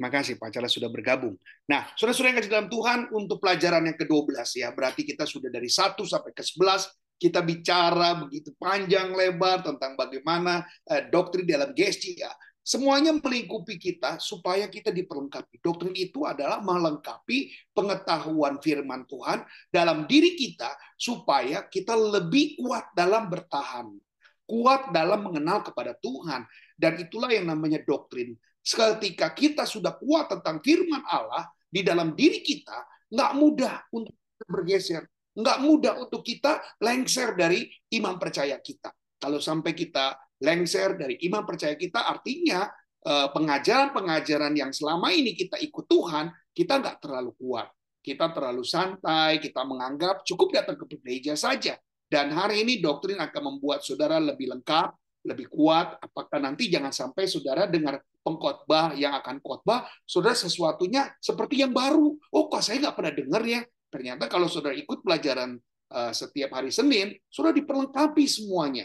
Terima kasih Pak Charles sudah bergabung. Nah, saudara-saudara yang kasih dalam Tuhan, untuk pelajaran yang ke-12 ya, berarti kita sudah dari 1 sampai ke 11, kita bicara begitu panjang lebar tentang bagaimana doktrin dalam GSC ya. Semuanya melingkupi kita supaya kita diperlengkapi. Doktrin itu adalah melengkapi pengetahuan firman Tuhan dalam diri kita supaya kita lebih kuat dalam bertahan, kuat dalam mengenal kepada Tuhan. Dan itulah yang namanya doktrin. Ketika kita sudah kuat tentang firman Allah di dalam diri kita, nggak mudah untuk bergeser, nggak mudah untuk kita lengser dari iman percaya kita. Kalau sampai kita lengser dari iman percaya kita, artinya pengajaran-pengajaran yang selama ini kita ikut Tuhan, kita nggak terlalu kuat. Kita terlalu santai, kita menganggap cukup datang ke gereja saja. Dan hari ini doktrin akan membuat saudara lebih lengkap, lebih kuat. Apakah nanti jangan sampai saudara dengar pengkhotbah yang akan khotbah, saudara sesuatunya seperti yang baru. Oh, kok saya nggak pernah dengar ya? Ternyata kalau saudara ikut pelajaran setiap hari Senin, saudara diperlengkapi semuanya.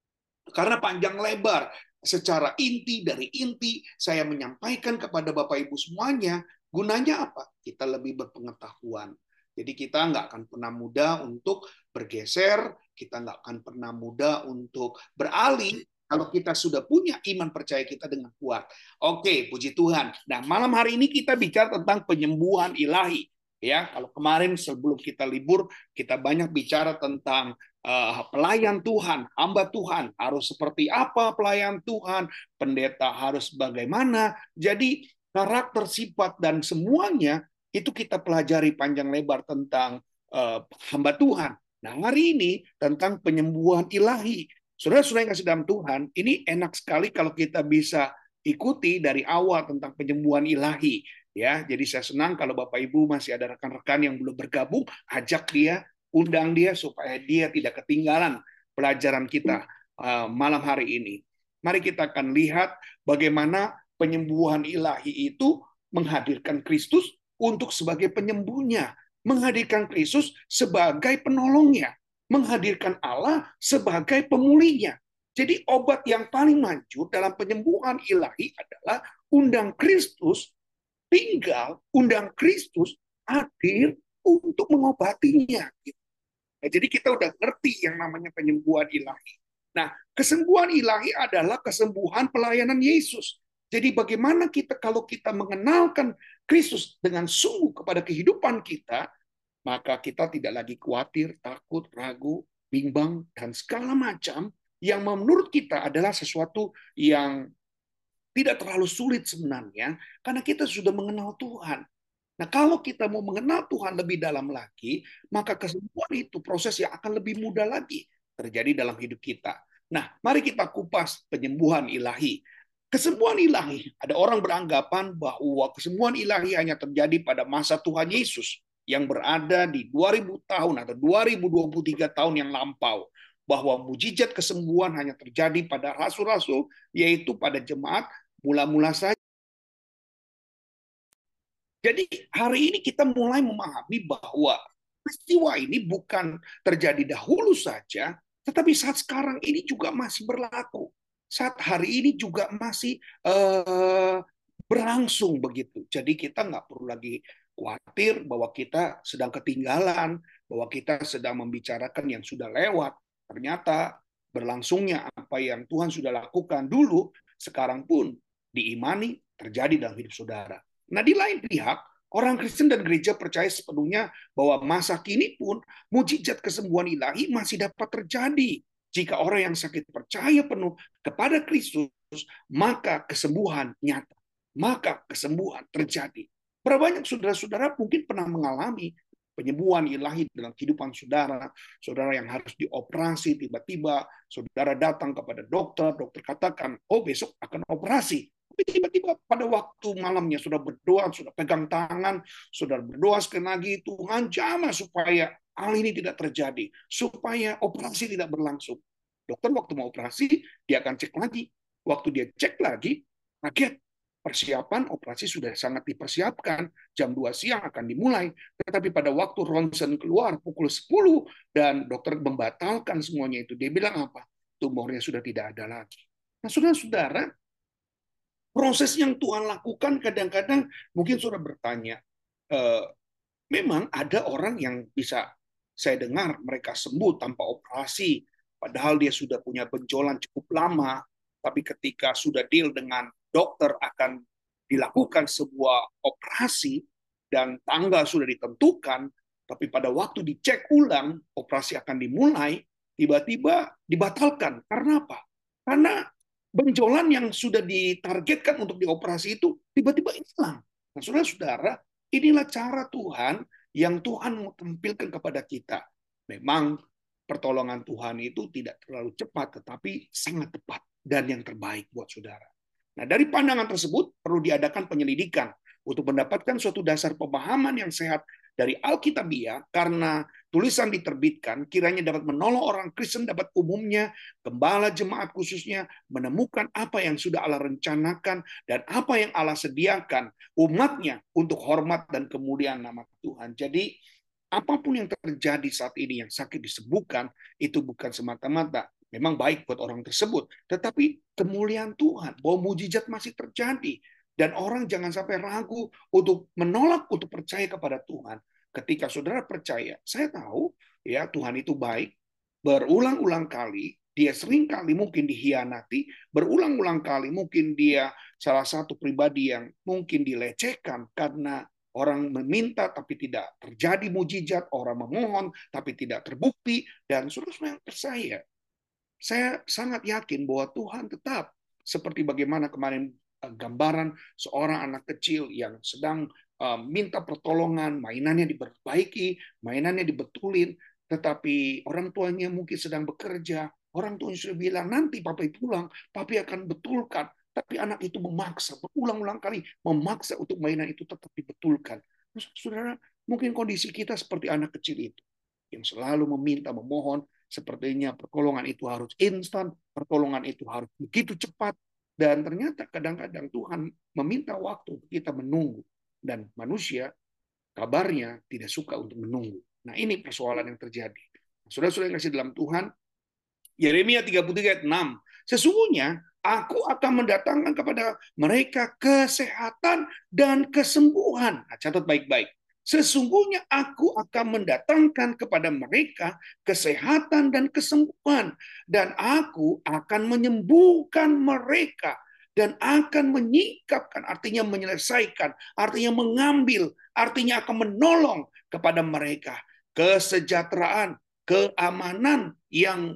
Karena panjang lebar, secara inti dari inti, saya menyampaikan kepada Bapak Ibu semuanya, gunanya apa? Kita lebih berpengetahuan. Jadi kita nggak akan pernah mudah untuk bergeser, kita nggak akan pernah mudah untuk beralih kalau kita sudah punya iman percaya kita dengan kuat. Oke, puji Tuhan. Nah, malam hari ini kita bicara tentang penyembuhan ilahi. Ya, kalau kemarin sebelum kita libur, kita banyak bicara tentang pelayan Tuhan, hamba Tuhan harus seperti apa pelayan Tuhan, pendeta harus bagaimana. Jadi karakter, sifat dan semuanya itu kita pelajari panjang lebar tentang hamba Tuhan. Nah, hari ini tentang penyembuhan ilahi. Saudara-saudara yang kasih dalam Tuhan, ini enak sekali kalau kita bisa ikuti dari awal tentang penyembuhan ilahi. Ya, jadi saya senang kalau Bapak Ibu masih ada rekan-rekan yang belum bergabung, ajak dia, undang dia supaya dia tidak ketinggalan pelajaran kita malam hari ini. Mari kita akan lihat bagaimana penyembuhan ilahi itu menghadirkan Kristus untuk sebagai penyembuhnya, menghadirkan Kristus sebagai penolongnya, menghadirkan Allah sebagai pemulihnya. Jadi obat yang paling manjur dalam penyembuhan ilahi adalah undang Kristus tinggal, undang Kristus hadir untuk mengobatinya. Nah, jadi kita udah ngerti yang namanya penyembuhan ilahi. Nah, kesembuhan ilahi adalah kesembuhan pelayanan Yesus. Jadi bagaimana kita kalau kita mengenalkan Kristus dengan sungguh kepada kehidupan kita, maka kita tidak lagi khawatir, takut, ragu, bimbang, dan segala macam yang menurut kita adalah sesuatu yang tidak terlalu sulit sebenarnya, karena kita sudah mengenal Tuhan. Nah, kalau kita mau mengenal Tuhan lebih dalam lagi, maka kesembuhan itu proses yang akan lebih mudah lagi terjadi dalam hidup kita. Nah, mari kita kupas penyembuhan ilahi. Kesembuhan ilahi, ada orang beranggapan bahwa kesembuhan ilahi hanya terjadi pada masa Tuhan Yesus yang berada di 2000 tahun atau 2023 tahun yang lampau. Bahwa mujizat kesembuhan hanya terjadi pada rasul-rasul, yaitu pada jemaat mula-mula saja. Jadi hari ini kita mulai memahami bahwa peristiwa ini bukan terjadi dahulu saja, tetapi saat sekarang ini juga masih berlaku. Saat hari ini juga masih berlangsung begitu. Jadi kita nggak perlu lagi khawatir bahwa kita sedang ketinggalan, bahwa kita sedang membicarakan yang sudah lewat. Ternyata berlangsungnya apa yang Tuhan sudah lakukan dulu, sekarang pun diimani terjadi dalam hidup saudara. Nah, di lain pihak, orang Kristen dan gereja percaya sepenuhnya bahwa masa kini pun mujizat kesembuhan ilahi masih dapat terjadi. Jika orang yang sakit percaya penuh kepada Kristus, maka kesembuhan nyata. Maka kesembuhan terjadi. Berapa banyak saudara-saudara mungkin pernah mengalami penyembuhan ilahi dalam kehidupan saudara, saudara yang harus dioperasi, tiba-tiba saudara datang kepada dokter, dokter katakan, oh besok akan operasi. Tapi tiba-tiba pada waktu malamnya sudah berdoa, sudah pegang tangan, sudah berdoa sekali lagi, Tuhan jamah supaya hal ini tidak terjadi, supaya operasi tidak berlangsung. Dokter waktu mau operasi, dia akan cek lagi. Waktu dia cek lagi, kaget. Persiapan operasi sudah sangat dipersiapkan, jam 2 siang akan dimulai, tetapi pada waktu ronsen keluar pukul 10 dan dokter membatalkan semuanya itu, dia bilang apa? Tumornya sudah tidak ada lagi. Nah, saudara-saudara, Proses yang Tuhan lakukan kadang-kadang mungkin sudah bertanya, eh, memang ada orang yang bisa saya dengar mereka sembuh tanpa operasi, padahal dia sudah punya benjolan cukup lama, tapi ketika sudah deal dengan dokter akan dilakukan sebuah operasi dan tanggal sudah ditentukan, tapi pada waktu dicek ulang operasi akan dimulai, tiba-tiba dibatalkan. Karena apa? Karena benjolan yang sudah ditargetkan untuk dioperasi itu tiba-tiba hilang. Nah, saudara-saudara, inilah cara Tuhan yang Tuhan mau tampilkan kepada kita. Memang pertolongan Tuhan itu tidak terlalu cepat, tetapi sangat tepat dan yang terbaik buat saudara. Nah, dari pandangan tersebut perlu diadakan penyelidikan untuk mendapatkan suatu dasar pemahaman yang sehat dari Alkitabiah, karena tulisan diterbitkan kiranya dapat menolong orang Kristen dapat umumnya, gembala jemaat khususnya, menemukan apa yang sudah Allah rencanakan dan apa yang Allah sediakan umatnya untuk hormat dan kemuliaan nama Tuhan. Jadi apapun yang terjadi saat ini, yang sakit disembuhkan, itu bukan semata-mata memang baik buat orang tersebut, tetapi kemuliaan Tuhan, bahwa mujizat masih terjadi. Dan orang jangan sampai ragu untuk menolak untuk percaya kepada Tuhan. Ketika saudara percaya, saya tahu ya Tuhan itu baik, berulang-ulang kali dia sering kali mungkin dihianati, berulang-ulang kali mungkin dia salah satu pribadi yang mungkin dilecehkan karena orang meminta tapi tidak terjadi mujizat, orang memohon tapi tidak terbukti, dan saudara yang percaya, saya sangat yakin bahwa Tuhan tetap seperti bagaimana kemarin gambaran seorang anak kecil yang sedang minta pertolongan, mainannya diperbaiki, mainannya dibetulin, tetapi orang tuanya mungkin sedang bekerja, orang tuanya sudah bilang, nanti papi pulang, papi akan betulkan. Tapi anak itu memaksa, berulang-ulang kali memaksa untuk mainan itu tetap dibetulkan. Saudara, mungkin kondisi kita seperti anak kecil itu, yang selalu meminta, memohon, sepertinya pertolongan itu harus instan, pertolongan itu harus begitu cepat, dan ternyata kadang-kadang Tuhan meminta waktu untuk kita menunggu, dan manusia kabarnya tidak suka untuk menunggu. Nah, ini persoalan yang terjadi. Saudara-saudara yang kasih dalam Tuhan, Yeremia 33 ayat 6. Sesungguhnya aku akan mendatangkan kepada mereka kesehatan dan kesembuhan. Nah, catat baik-baik. Sesungguhnya aku akan mendatangkan kepada mereka kesehatan dan kesembuhan. Dan aku akan menyembuhkan mereka. Dan akan menyikapkan, artinya menyelesaikan, artinya mengambil, artinya akan menolong kepada mereka kesejahteraan, keamanan yang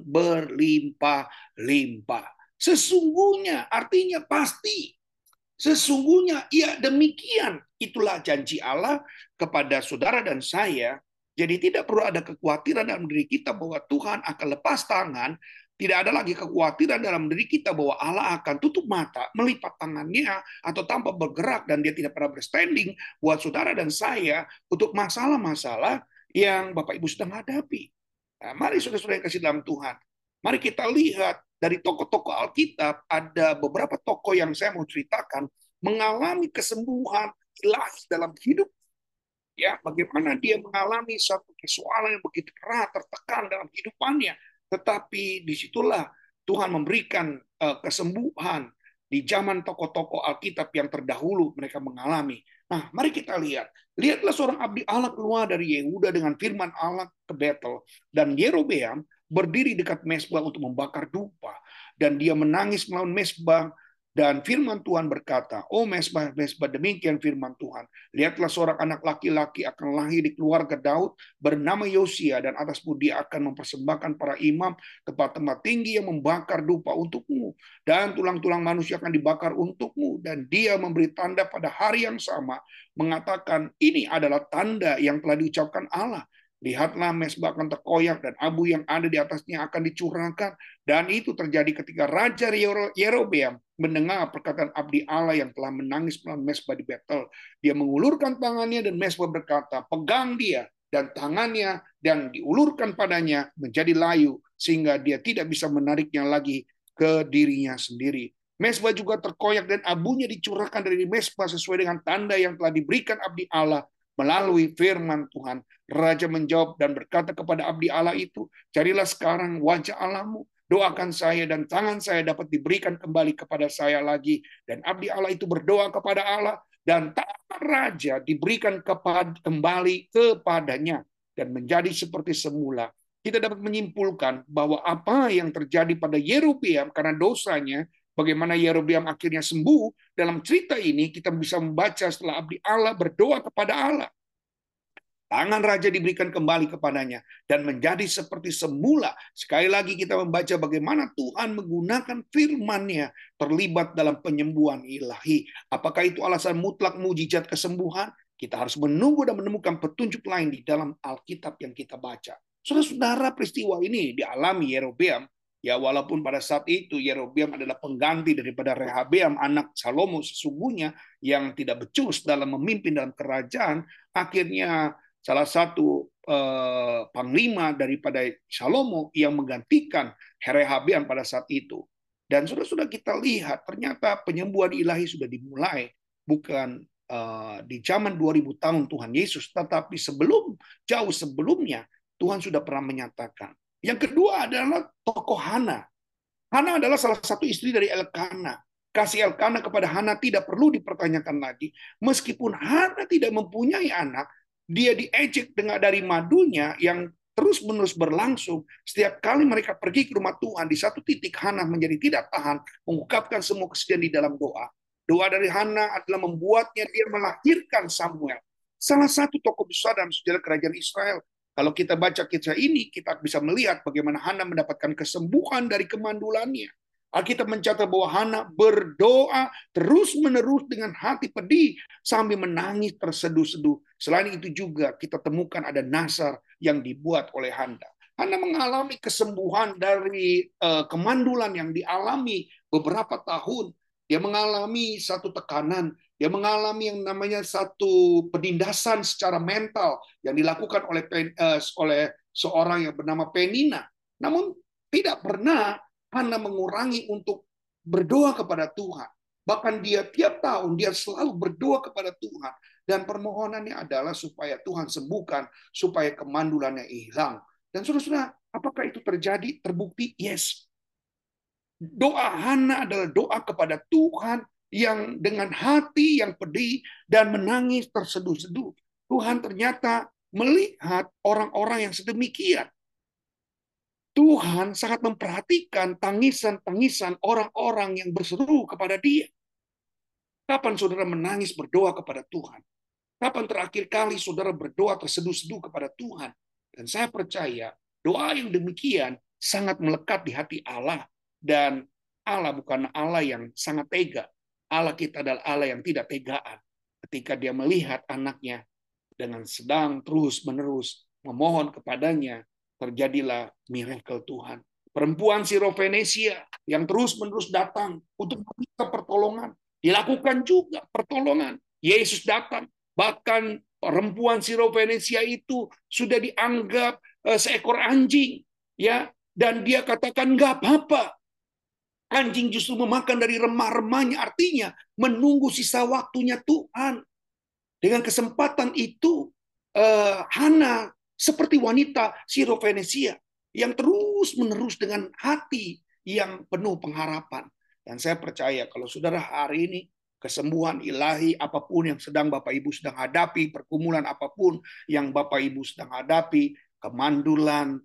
berlimpah-limpah. Sesungguhnya artinya pasti. Sesungguhnya ya demikian. Itulah janji Allah kepada saudara dan saya. Jadi tidak perlu ada kekhawatiran dalam diri kita bahwa Tuhan akan lepas tangan. Tidak ada lagi kekhawatiran dalam diri kita bahwa Allah akan tutup mata, melipat tangannya, atau tanpa bergerak, dan dia tidak pernah berstanding buat saudara dan saya untuk masalah-masalah yang Bapak Ibu sedang hadapi. Nah, mari saudara-saudara yang kasih dalam Tuhan, mari kita lihat dari tokoh-tokoh Alkitab, ada beberapa tokoh yang saya mau ceritakan mengalami kesembuhan ilahi dalam hidup. Ya, bagaimana dia mengalami satu persoalan yang begitu berat, tertekan dalam kehidupannya, tetapi disitulah Tuhan memberikan kesembuhan di zaman tokoh-tokoh Alkitab yang terdahulu mereka mengalami. Nah, mari kita lihat. Lihatlah seorang abdi Allah keluar dari Yehuda dengan firman Allah ke Betel, dan Yerobeam berdiri dekat mezbah untuk membakar dupa, dan dia menangis melawan mezbah. Dan firman Tuhan berkata, oh mezbah, mezbah, demikian firman Tuhan. Lihatlah seorang anak laki-laki akan lahir di keluarga Daud bernama Yosia, dan atas dia akan mempersembahkan para imam tempat-tempat tinggi yang membakar dupa untukmu, dan tulang-tulang manusia akan dibakar untukmu, dan dia memberi tanda pada hari yang sama, mengatakan ini adalah tanda yang telah diucapkan Allah. Lihatlah mezbah akan terkoyak dan abu yang ada di atasnya akan dicurahkan. Dan itu terjadi ketika Raja Yerobeam mendengar perkataan abdi Allah yang telah menangis melawan mezbah di Betel. Dia mengulurkan tangannya dan mezbah berkata, pegang dia, dan tangannya dan diulurkan padanya menjadi layu sehingga dia tidak bisa menariknya lagi ke dirinya sendiri. Mezbah juga terkoyak dan abunya dicurahkan dari mezbah sesuai dengan tanda yang telah diberikan abdi Allah melalui firman Tuhan. Raja menjawab dan berkata kepada abdi Allah itu, carilah sekarang wajah Allahmu. doakan saya dan tangan saya dapat diberikan kembali kepada saya lagi. Dan abdi Allah itu berdoa kepada Allah dan tangan raja diberikan kembali kepadanya dan menjadi seperti semula. Kita dapat menyimpulkan bahwa apa yang terjadi pada Yerobeam karena dosanya, bagaimana Yerobeam akhirnya sembuh, dalam cerita ini kita bisa membaca setelah abdi Allah berdoa kepada Allah. Tangan raja diberikan kembali kepadanya dan menjadi seperti semula. Sekali lagi kita membaca bagaimana Tuhan menggunakan firman-Nya terlibat dalam penyembuhan ilahi. Apakah itu alasan mutlak mujizat kesembuhan? Kita harus menunggu dan menemukan petunjuk lain di dalam Alkitab yang kita baca. Saudara-saudara, peristiwa ini dialami Yerobeam. Ya, walaupun pada saat itu Yerobeam adalah pengganti daripada Rehabeam, anak Salomo sesungguhnya yang tidak becus dalam memimpin dalam kerajaan, akhirnya salah satu panglima daripada Salomo yang menggantikan Rehabeam pada saat itu. Dan sudah kita lihat ternyata penyembuhan ilahi sudah dimulai bukan di zaman 2000 tahun Tuhan Yesus, tetapi jauh sebelumnya Tuhan sudah pernah menyatakan. Yang kedua adalah tokoh Hana. Hana adalah salah satu istri dari Elkana. Kasih Elkana kepada Hana tidak perlu dipertanyakan lagi. Meskipun Hana tidak mempunyai anak, dia diejek dari madunya yang terus-menerus berlangsung. Setiap kali mereka pergi ke rumah Tuhan, di satu titik Hana menjadi tidak tahan, mengungkapkan semua kesedihan di dalam doa. Doa dari Hana adalah membuatnya dia melahirkan Samuel. Salah satu tokoh besar dalam sejarah kerajaan Israel. Kalau kita baca kisah ini, kita bisa melihat bagaimana Hana mendapatkan kesembuhan dari kemandulannya. Alkitab mencatat bahwa Hana berdoa terus-menerus dengan hati pedih sambil menangis terseduh-seduh. Selain itu juga kita temukan ada nazar yang dibuat oleh Hana. Hana mengalami kesembuhan dari kemandulan yang dialami beberapa tahun. Dia mengalami satu tekanan, dia mengalami yang namanya satu penindasan secara mental yang dilakukan oleh seorang yang bernama Penina. Namun tidak pernah Hana mengurangi untuk berdoa kepada Tuhan. Bahkan dia tiap tahun dia selalu berdoa kepada Tuhan dan permohonannya adalah supaya Tuhan sembuhkan, supaya kemandulannya hilang. Dan saudara-saudara, apakah itu terjadi? Terbukti? Yes. Doa Hana adalah doa kepada Tuhan yang dengan hati yang pedih dan menangis terseduh-seduh. Tuhan ternyata melihat orang-orang yang sedemikian. Tuhan sangat memperhatikan tangisan-tangisan orang-orang yang berseru kepada Dia. Kapan saudara menangis berdoa kepada Tuhan? Kapan terakhir kali saudara berdoa terseduh-seduh kepada Tuhan? Dan saya percaya doa yang demikian sangat melekat di hati Allah. Dan Allah bukan Allah yang sangat tega. Allah kita adalah Allah yang tidak tegaan. Ketika Dia melihat anaknya dengan sedang terus-menerus memohon kepadanya, terjadilah miracle Tuhan. Perempuan Sirofenesia yang terus-menerus datang untuk meminta pertolongan. Dilakukan juga pertolongan. Yesus datang. Bahkan perempuan Sirofenesia itu sudah dianggap seekor anjing. Ya, dan dia katakan, nggak apa-apa. Anjing justru memakan dari remah-remahnya. Artinya menunggu sisa waktunya Tuhan. Dengan kesempatan itu, Hana seperti wanita Sirofenesia yang terus-menerus dengan hati yang penuh pengharapan. Dan saya percaya kalau saudara hari ini kesembuhan ilahi apapun yang sedang Bapak Ibu sedang hadapi, pergumulan apapun yang Bapak Ibu sedang hadapi, kemandulan,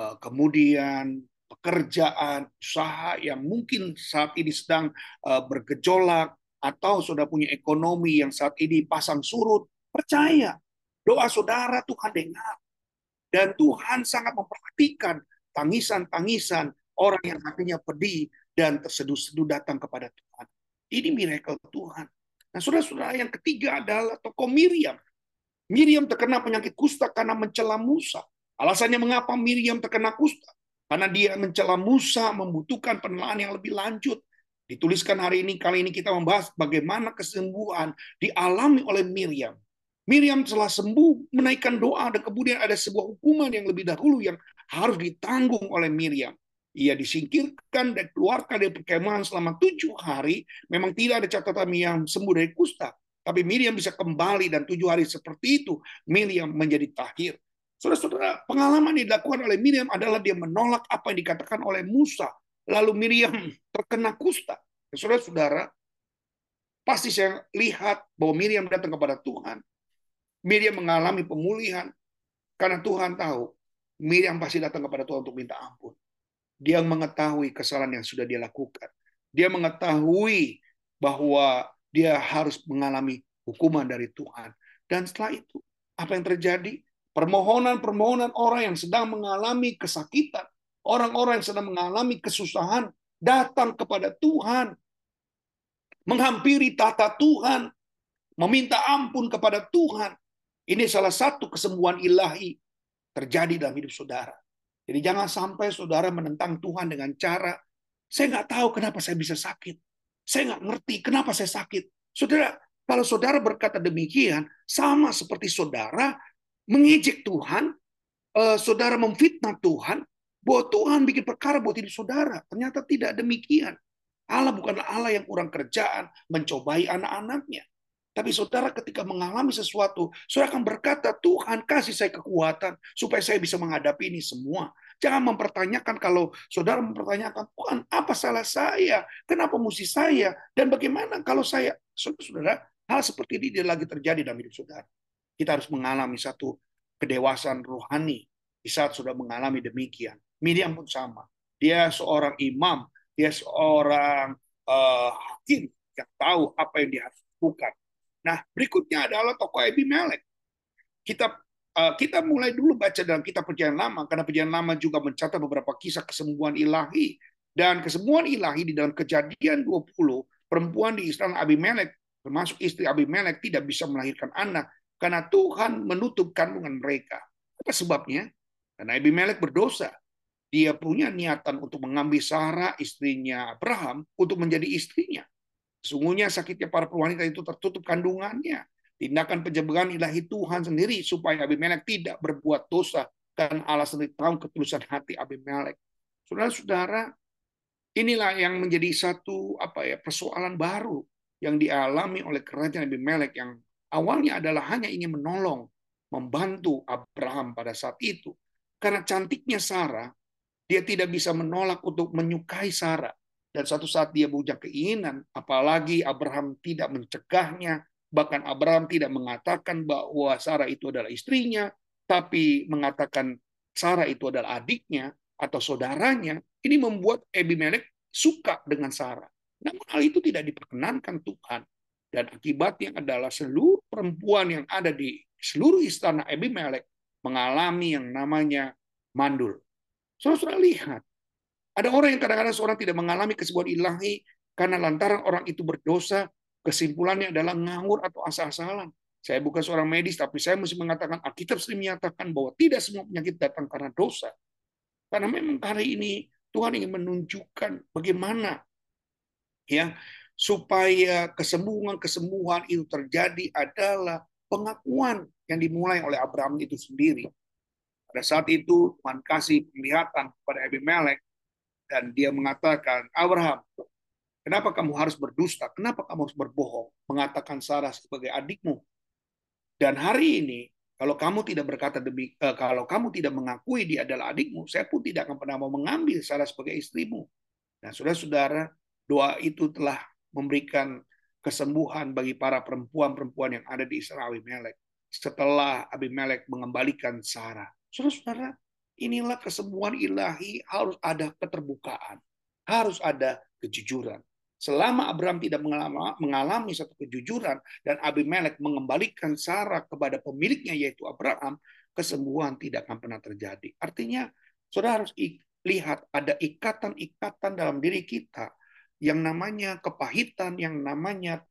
kemudian pekerjaan, usaha yang mungkin saat ini sedang bergejolak, atau sudah punya ekonomi yang saat ini pasang surut, percaya doa saudara Tuhan dengar. Dan Tuhan sangat memperhatikan tangisan-tangisan orang yang hatinya pedih dan terseduh-seduh datang kepada Tuhan. Ini miracle Tuhan. Nah, saudara-saudara, yang ketiga adalah tokoh Miriam. Miriam terkena penyakit kusta karena mencela Musa. Alasannya mengapa Miriam terkena kusta? Karena dia mencela Musa membutuhkan penelaahan yang lebih lanjut. Dituliskan kali ini kita membahas bagaimana kesembuhan dialami oleh Miriam. Miriam telah sembuh, menaikkan doa, dan kemudian ada sebuah hukuman yang lebih dahulu yang harus ditanggung oleh Miriam. Ia disingkirkan dan keluarkan dari perkemahan selama 7 hari. Memang tidak ada catatan Miriam sembuh dari kusta. Tapi Miriam bisa kembali dan 7 hari seperti itu Miriam menjadi tahir. Saudara-saudara, pengalaman yang dilakukan oleh Miriam adalah dia menolak apa yang dikatakan oleh Musa. lalu Miriam terkena kusta. Saudara-saudara, pasti saya lihat bahwa Miriam datang kepada Tuhan. Miriam mengalami pemulihan karena Tuhan tahu Miriam pasti datang kepada Tuhan untuk minta ampun. Dia mengetahui kesalahan yang sudah dia lakukan. Dia mengetahui bahwa dia harus mengalami hukuman dari Tuhan. Dan setelah itu, apa yang terjadi? Permohonan-permohonan orang yang sedang mengalami kesakitan, orang-orang yang sedang mengalami kesusahan, datang kepada Tuhan, menghampiri tata Tuhan, meminta ampun kepada Tuhan. Ini salah satu kesembuhan ilahi terjadi dalam hidup saudara. Jadi jangan sampai saudara menentang Tuhan dengan cara, saya nggak tahu kenapa saya bisa sakit. Saya nggak ngerti kenapa saya sakit. Saudara, kalau saudara berkata demikian, sama seperti saudara mengejek Tuhan, saudara memfitnah Tuhan, bahwa Tuhan bikin perkara buat hidup saudara. Ternyata tidak demikian. Allah bukanlah Allah yang kurang kerjaan, mencobai anak-anaknya. Tapi saudara ketika mengalami sesuatu, saudara akan berkata, Tuhan kasih saya kekuatan supaya saya bisa menghadapi ini semua. Jangan mempertanyakan kalau saudara mempertanyakan, Tuhan apa salah saya? Kenapa mesti saya? Dan bagaimana kalau saya? Saudara, hal seperti ini tidak lagi terjadi dalam hidup saudara. Kita harus mengalami satu kedewasaan rohani di saat sudah mengalami demikian. Miriam pun sama. Dia seorang imam, dia seorang hakim yang tahu apa yang dia harus lakukan. Nah, berikutnya adalah tokoh Abimelek. Kita mulai dulu baca dalam kitab Perjanjian Lama, karena Perjanjian Lama juga mencatat beberapa kisah kesembuhan ilahi. Dan kesembuhan ilahi di dalam Kejadian 20, perempuan di istana Abimelek, termasuk istri Abimelek, tidak bisa melahirkan anak, karena Tuhan menutup kandungan mereka. Apa sebabnya? Karena Abimelek berdosa. Dia punya niatan untuk mengambil Sarah, istrinya Abraham, untuk menjadi istrinya. Sesungguhnya sakitnya para wanita itu tertutup kandungannya. Tindakan penjagaan ilahi Tuhan sendiri supaya Abimelek tidak berbuat dosa. Karena Allah sendiri tahu ketulusan hati Abimelek. Saudara-saudara, inilah yang menjadi satu persoalan baru yang dialami oleh kerajaan Abimelek yang awalnya adalah hanya ingin menolong, membantu Abraham pada saat itu. Karena cantiknya Sarah, dia tidak bisa menolak untuk menyukai Sarah. Dan suatu saat dia punya keinginan, apalagi Abraham tidak mencegahnya, bahkan Abraham tidak mengatakan bahwa Sarah itu adalah istrinya, tapi mengatakan Sarah itu adalah adiknya atau saudaranya. Ini membuat Abimelek suka dengan Sarah. Namun hal itu tidak diperkenankan Tuhan. Dan akibatnya adalah seluruh perempuan yang ada di seluruh istana Abimelek mengalami yang namanya mandul. Saudara lihat, ada orang yang kadang-kadang seorang tidak mengalami kesembuhan ilahi karena lantaran orang itu berdosa, kesimpulannya adalah ngawur atau asal-asalan. Saya bukan seorang medis, tapi saya mesti mengatakan Alkitab sering menyatakan bahwa tidak semua penyakit datang karena dosa. Karena memang hari ini Tuhan ingin menunjukkan bagaimana ya supaya kesembuhan-kesembuhan itu terjadi adalah pengakuan yang dimulai oleh Abraham itu sendiri. Pada saat itu Tuhan kasih penglihatan kepada Abimelek dan dia mengatakan, Abraham, kenapa kamu harus berdusta? Kenapa kamu harus berbohong? Mengatakan Sarah sebagai adikmu. Dan hari ini, kalau kamu tidak berkata kalau kamu tidak mengakui dia adalah adikmu, saya pun tidak akan pernah mau mengambil Sarah sebagai istrimu. Nah, saudara-saudara, doa itu telah memberikan kesembuhan bagi para perempuan-perempuan yang ada di Israel Abimelek. Setelah Abimelek mengembalikan Sarah. Saudara-saudara, inilah kesembuhan ilahi, harus ada keterbukaan. Harus ada kejujuran. Selama Abraham tidak mengalami satu kejujuran dan Abimelek mengembalikan Sarah kepada pemiliknya yaitu Abraham, kesembuhan tidak akan pernah terjadi. Artinya, saudara harus lihat ada ikatan-ikatan dalam diri kita yang namanya kepahitan, yang namanya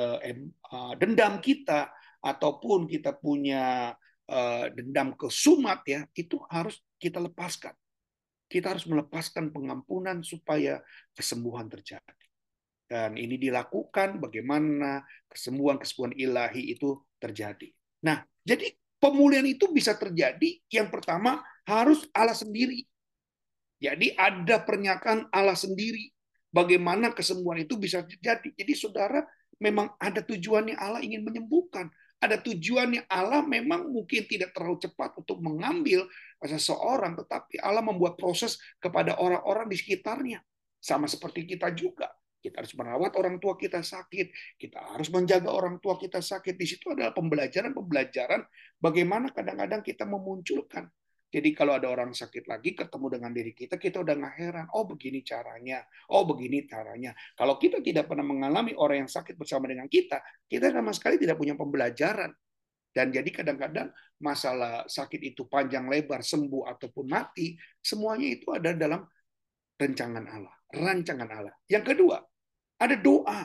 dendam kita, ataupun kita punya dendam kesumat ya, itu harus kita lepaskan. Kita harus melepaskan pengampunan supaya kesembuhan terjadi. Dan ini dilakukan bagaimana kesembuhan-kesembuhan ilahi itu terjadi. Nah, jadi pemulihan itu bisa terjadi, yang pertama harus Allah sendiri. Jadi ada pernyataan Allah sendiri bagaimana kesembuhan itu bisa terjadi. Jadi saudara, memang ada tujuannya Allah ingin menyembuhkan. Ada tujuannya Allah memang mungkin tidak terlalu cepat untuk mengambil seseorang, tetapi Allah membuat proses kepada orang-orang di sekitarnya. Sama seperti kita juga. Kita harus merawat orang tua kita sakit. Kita harus menjaga orang tua kita sakit. Di situ adalah pembelajaran-pembelajaran bagaimana kadang-kadang kita memunculkan. Jadi kalau ada orang sakit lagi ketemu dengan diri kita udah nggak heran. Oh begini caranya. Oh begini caranya. Kalau kita tidak pernah mengalami orang yang sakit bersama dengan kita sama sekali tidak punya pembelajaran. Dan jadi kadang-kadang masalah sakit itu panjang lebar, sembuh ataupun mati, semuanya itu ada dalam rancangan Allah. Rancangan Allah. Yang kedua, ada doa.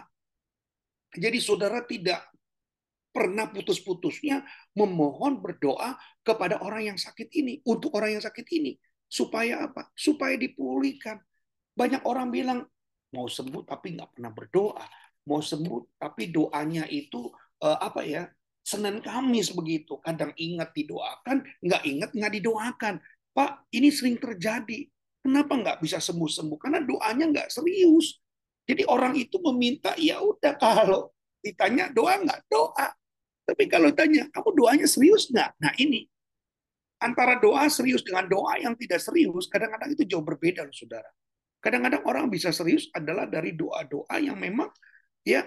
Jadi saudara tidak pernah putus-putusnya memohon berdoa kepada orang yang sakit ini, untuk orang yang sakit ini. Supaya apa? Supaya dipulihkan. Banyak orang bilang, mau sembuh tapi nggak pernah berdoa. Mau sembuh tapi doanya itu apa ya? Senin Kamis begitu. Kadang ingat didoakan, nggak ingat nggak didoakan. Pak, ini sering terjadi. Kenapa nggak bisa sembuh-sembuh? Karena doanya nggak serius. Jadi orang itu meminta, ya udah kalau ditanya doa nggak doa. Tapi kalau ditanya, kamu doanya serius nggak? Nah ini, antara doa serius dengan doa yang tidak serius, kadang-kadang itu jauh berbeda loh saudara. Kadang-kadang orang bisa serius adalah dari doa-doa yang memang ya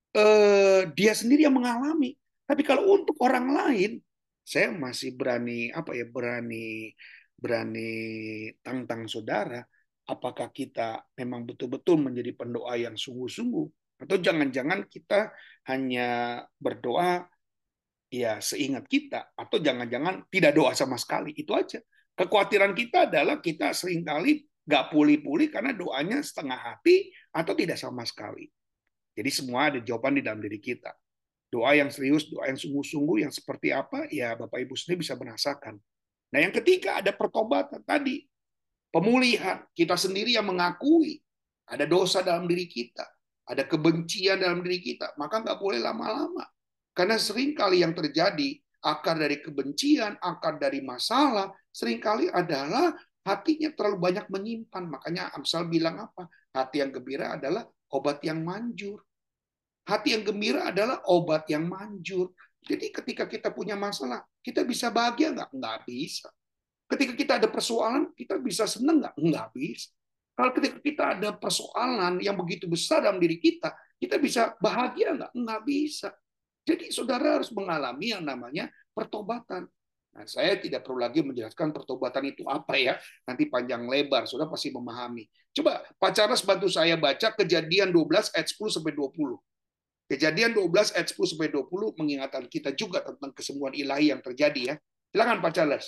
dia sendiri yang mengalami. Tapi kalau untuk orang lain, saya masih berani apa ya berani berani tantang saudara, apakah kita memang betul-betul menjadi pendoa yang sungguh-sungguh, atau jangan-jangan kita hanya berdoa ya seingat kita, atau jangan-jangan tidak doa sama sekali. Itu aja. Kekhawatiran kita adalah kita seringkali nggak pulih-pulih karena doanya setengah hati atau tidak sama sekali. Jadi semua ada jawaban di dalam diri kita. Doa yang serius, doa yang sungguh-sungguh, yang seperti apa, ya Bapak Ibu sendiri bisa merasakan. Nah yang ketiga ada pertobatan tadi. Pemulihan. Kita sendiri yang mengakui ada dosa dalam diri kita. Ada kebencian dalam diri kita. Maka nggak boleh lama-lama. Karena seringkali yang terjadi, akar dari kebencian, akar dari masalah, seringkali adalah hatinya terlalu banyak menyimpan. Makanya Amsal bilang apa? Hati yang gembira adalah obat yang manjur. Hati yang gembira adalah obat yang manjur. Jadi ketika kita punya masalah, kita bisa bahagia nggak? Nggak bisa. Ketika kita ada persoalan, kita bisa senang nggak? Nggak bisa. Kalau ketika kita ada persoalan yang begitu besar dalam diri kita bisa bahagia nggak? Nggak bisa. Jadi saudara harus mengalami yang namanya pertobatan. Nah, saya tidak perlu lagi menjelaskan pertobatan itu apa ya. Nanti panjang lebar, saudara pasti memahami. Coba Pak Charles bantu saya baca Kejadian 12 ayat 10 sampai 20. Kejadian 12 ayat 10 sampai 20 mengingatkan kita juga tentang kesembuhan ilahi yang terjadi ya. Silakan Pak Charles.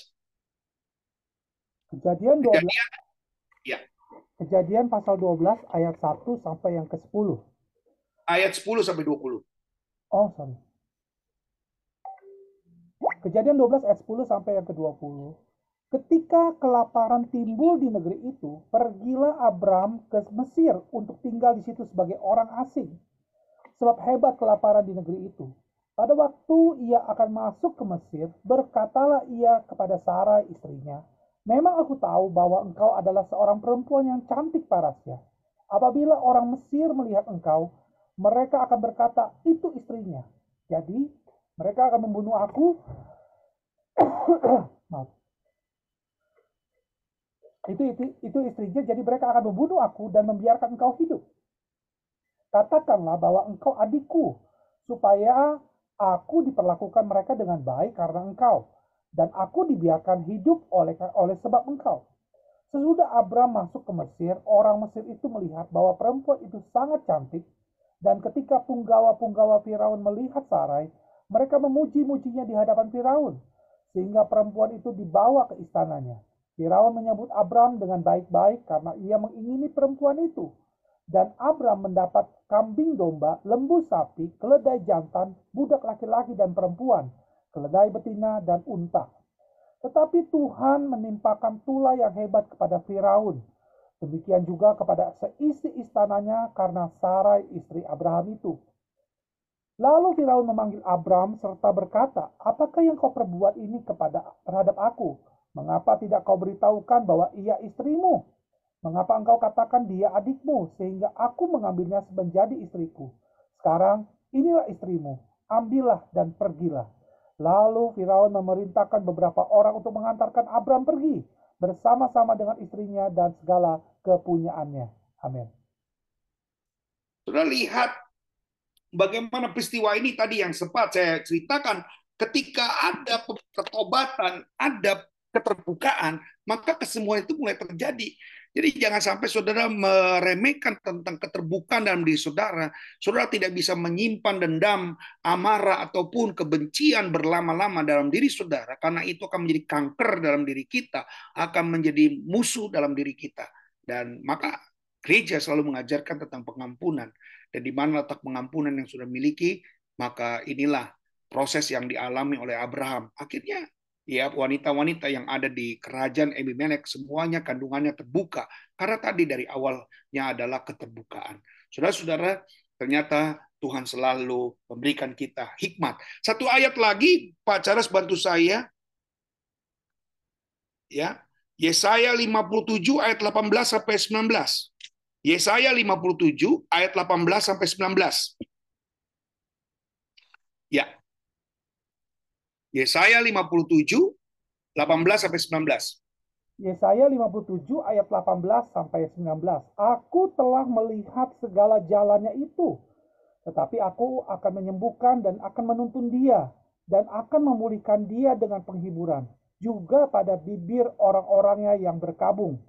Kejadian 12, Kejadian ya, Kejadian pasal 12 ayat 1 sampai yang ke-10. ayat 10 sampai 20. Oh, sorry. Kejadian 12 ayat 10 sampai yang ke-20. Ketika kelaparan timbul di negeri itu, pergilah Abram ke Mesir untuk tinggal di situ sebagai orang asing. Sebab hebat kelaparan di negeri itu. Pada waktu ia akan masuk ke Mesir, berkatalah ia kepada Sarai istrinya, "Memang aku tahu bahwa engkau adalah seorang perempuan yang cantik parasnya. Apabila orang Mesir melihat engkau, mereka akan berkata, itu istrinya. Jadi, mereka akan membunuh aku." Maaf. Itu istrinya, jadi mereka akan membunuh aku dan membiarkan engkau hidup. Katakanlah bahwa engkau adikku, supaya aku diperlakukan mereka dengan baik karena engkau, dan aku dibiarkan hidup oleh sebab engkau. Sesudah Abram masuk ke Mesir, orang Mesir itu melihat bahwa perempuan itu sangat cantik, dan ketika punggawa-punggawa Firaun melihat Sarai, mereka memuji-mujinya di hadapan Firaun, sehingga perempuan itu dibawa ke istananya. Firaun menyambut Abram dengan baik-baik karena ia mengingini perempuan itu. Dan Abram mendapat kambing domba, lembu sapi, keledai jantan, budak laki-laki dan perempuan, keledai betina dan unta. Tetapi Tuhan menimpakan tulah yang hebat kepada Firaun. Demikian juga kepada seisi istananya karena Sarai istri Abraham itu. Lalu Firaun memanggil Abram serta berkata, "Apakah yang kau perbuat ini terhadap aku? Mengapa tidak kau beritahukan bahwa ia istrimu? Mengapa engkau katakan dia adikmu, sehingga aku mengambilnya menjadi istriku? Sekarang inilah istrimu, ambillah dan pergilah." Lalu Firaun memerintahkan beberapa orang untuk mengantarkan Abram pergi, bersama-sama dengan istrinya dan segala kepunyaannya. Amin. Saudara lihat bagaimana peristiwa ini tadi yang sempat saya ceritakan, ketika ada pertobatan, ada keterbukaan, maka kesemuanya itu mulai terjadi. Jadi jangan sampai saudara meremehkan tentang keterbukaan dalam diri saudara. Saudara tidak bisa menyimpan dendam, amarah, ataupun kebencian berlama-lama dalam diri saudara, karena itu akan menjadi kanker dalam diri kita, akan menjadi musuh dalam diri kita. Dan maka gereja selalu mengajarkan tentang pengampunan. Dan di mana letak pengampunan yang sudah miliki, maka inilah proses yang dialami oleh Abraham. Akhirnya ya wanita-wanita yang ada di kerajaan Abimelek semuanya kandungannya terbuka karena tadi dari awalnya adalah keterbukaan. Saudara-saudara, ternyata Tuhan selalu memberikan kita hikmat. Satu ayat lagi, Pak Charles bantu saya. Ya. Yesaya 57 ayat 18 sampai 19. Yesaya 57 ayat 18 sampai 19. Ya. Yesaya 57 18 sampai 19. Yesaya 57 ayat 18 sampai 19. Aku telah melihat segala jalannya itu, tetapi aku akan menyembuhkan dan akan menuntun dia, dan akan memulihkan dia dengan penghiburan, juga pada bibir orang-orangnya yang berkabung.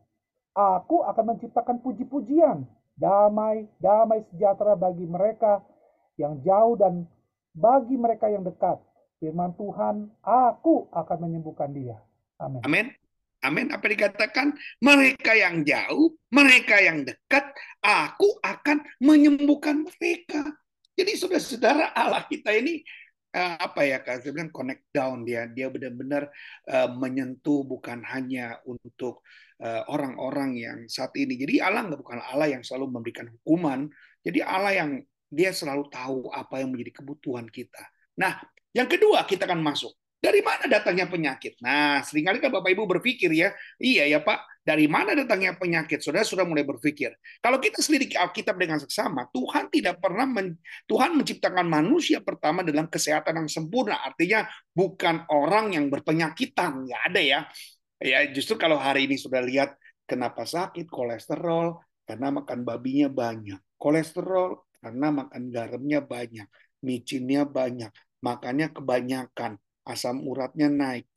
Aku akan menciptakan puji-pujian, damai, damai sejahtera bagi mereka yang jauh dan bagi mereka yang dekat. Firman Tuhan, aku akan menyembuhkan dia. Amin. Amin. Amin. Apa dikatakan? Mereka yang jauh, mereka yang dekat, aku akan menyembuhkan mereka. Jadi saudara-saudara, Allah kita ini apa ya, Kak, saya bilang connect down, dia benar-benar menyentuh bukan hanya untuk orang-orang yang saat ini. Jadi Allah bukan Allah yang selalu memberikan hukuman. Jadi Allah yang dia selalu tahu apa yang menjadi kebutuhan kita. Nah, yang kedua kita akan masuk. Dari mana datangnya penyakit? Nah, seringkali kan Bapak Ibu berpikir ya, iya ya Pak, dari mana datangnya penyakit? Saudara sudah mulai berpikir. Kalau kita selidiki Alkitab dengan seksama, Tuhan tidak pernah Tuhan menciptakan manusia pertama dalam kesehatan yang sempurna. Artinya bukan orang yang berpenyakitan, nggak ada ya. Ya justru kalau hari ini sudah lihat kenapa sakit kolesterol karena makan babinya banyak, kolesterol karena makan garamnya banyak, micinnya banyak, makannya kebanyakan, asam uratnya naik.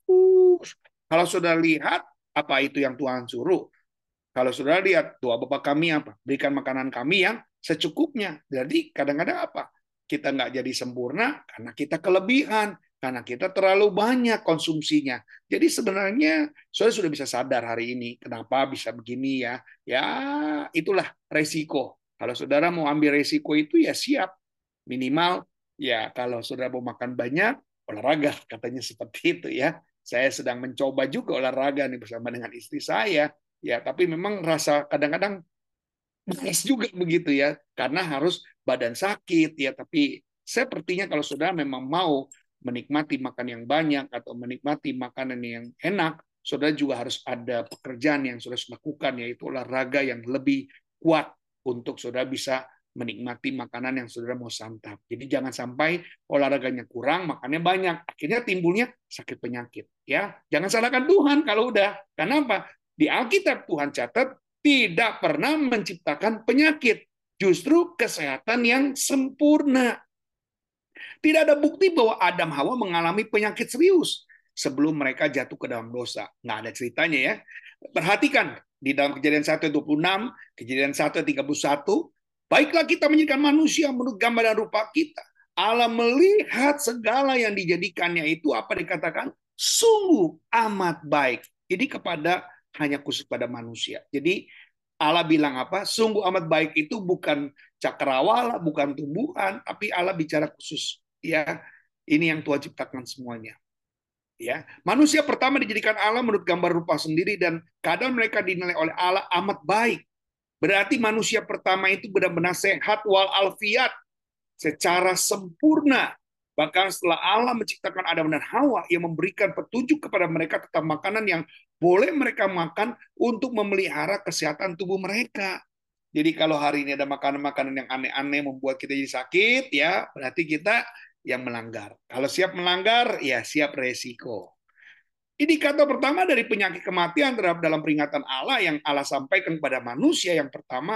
Kalau sudah lihat apa itu yang Tuhan suruh? Kalau sudah lihat doa Bapa kami apa? Berikan makanan kami yang secukupnya. Jadi kadang-kadang apa? Kita nggak jadi sempurna karena kita kelebihan, karena kita terlalu banyak konsumsinya. Jadi sebenarnya saudara sudah bisa sadar hari ini kenapa bisa begini ya. Ya itulah resiko. Kalau saudara mau ambil resiko itu ya siap. Minimal ya kalau saudara mau makan banyak, olahraga katanya seperti itu ya. Saya sedang mencoba juga olahraga nih bersama dengan istri saya. Ya, tapi memang rasa kadang-kadang malas juga begitu ya, karena harus badan sakit ya. Tapi sepertinya kalau saudara memang mau menikmati makan yang banyak atau menikmati makanan yang enak, saudara juga harus ada pekerjaan yang saudara harus lakukan, yaitu olahraga yang lebih kuat untuk saudara bisa menikmati makanan yang saudara mau santap. Jadi jangan sampai olahraganya kurang, makannya banyak, akhirnya timbulnya sakit penyakit. Ya, jangan salahkan Tuhan kalau udah. Kenapa? Di Alkitab Tuhan catat tidak pernah menciptakan penyakit, justru kesehatan yang sempurna. Tidak ada bukti bahwa Adam Hawa mengalami penyakit serius sebelum mereka jatuh ke dalam dosa. Nggak ada ceritanya ya. Perhatikan di dalam Kejadian 1:26, Kejadian 1:31, baiklah kita menjadikan manusia menurut gambar dan rupa kita. Allah melihat segala yang dijadikannya itu apa dikatakan sungguh amat baik. Jadi kepada hanya khusus pada manusia. Jadi Allah bilang apa? Sungguh amat baik itu bukan cakrawala, bukan tumbuhan, tapi Allah bicara khusus. Ya, ini yang Tuhan ciptakan semuanya. Ya, manusia pertama dijadikan Allah menurut gambar rupa sendiri dan keadaan mereka dinilai oleh Allah amat baik. Berarti manusia pertama itu benar-benar sehat wal alfiat secara sempurna. Bahkan setelah Allah menciptakan Adam dan Hawa, Ia memberikan petunjuk kepada mereka tentang makanan yang boleh mereka makan untuk memelihara kesehatan tubuh mereka. Jadi kalau hari ini ada makanan-makanan yang aneh-aneh membuat kita jadi sakit, ya berarti kita yang melanggar. Kalau siap melanggar, ya siap resiko. Indikator pertama dari penyakit kematian terhadap dalam peringatan Allah yang Allah sampaikan kepada manusia yang pertama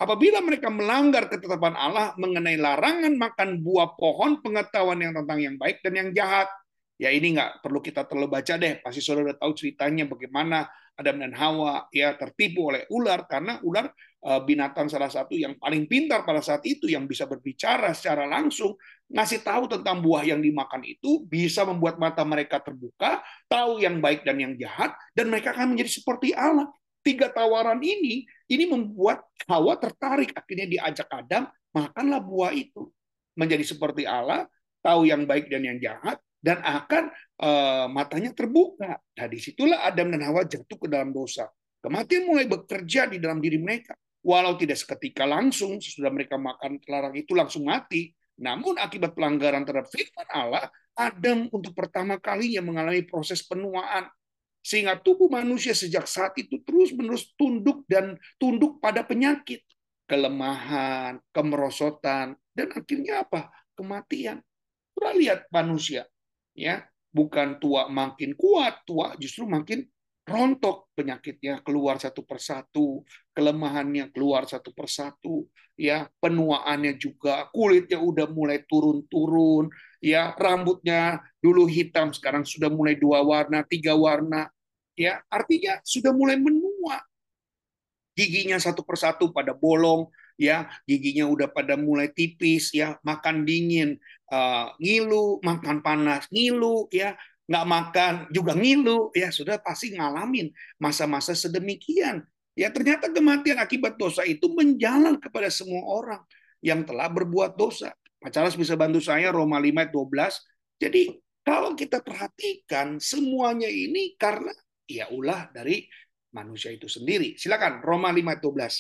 Apabila mereka melanggar ketetapan Allah mengenai larangan makan buah pohon pengetahuan yang tentang yang baik dan yang jahat. Ya ini nggak perlu kita terlalu baca deh. Pasti saudara udah tahu ceritanya bagaimana Adam dan Hawa ya tertipu oleh ular karena ular binatang salah satu yang paling pintar pada saat itu yang bisa berbicara secara langsung ngasih tahu tentang buah yang dimakan itu bisa membuat mata mereka terbuka, tahu yang baik dan yang jahat dan mereka akan menjadi seperti Allah. Tiga tawaran ini membuat Hawa tertarik, akhirnya diajak Adam, makanlah buah itu. Menjadi seperti Allah, tahu yang baik dan yang jahat, dan akan matanya terbuka. Nah, disitulah Adam dan Hawa jatuh ke dalam dosa. Kematian mulai bekerja di dalam diri mereka. Walau tidak seketika langsung, sesudah mereka makan terlarang itu langsung mati. Namun akibat pelanggaran terhadap firman Allah, Adam untuk pertama kalinya mengalami proses penuaan sehingga tubuh manusia sejak saat itu terus-menerus tunduk pada penyakit, kelemahan, kemerosotan, dan akhirnya apa? Kematian. Pernah lihat manusia, ya, bukan tua makin kuat, tua justru makin rontok, penyakitnya keluar satu persatu, kelemahannya keluar satu persatu, ya, penuaannya juga, kulitnya udah mulai turun-turun, ya, rambutnya dulu hitam sekarang sudah mulai 2 warna, 3 warna, ya, artinya sudah mulai menua, giginya satu persatu pada bolong, ya, giginya udah pada mulai tipis, ya, makan dingin, ngilu, makan panas, ngilu, ya, nggak makan juga ngilu, ya, sudah pasti ngalamin masa-masa sedemikian. Ya, ternyata kematian akibat dosa itu menjalar kepada semua orang yang telah berbuat dosa. Pak Charles bisa bantu saya, Roma 5 ayat 12. Jadi, kalau kita perhatikan, semuanya ini karena ya ulah dari manusia itu sendiri. Silakan Roma 5:12.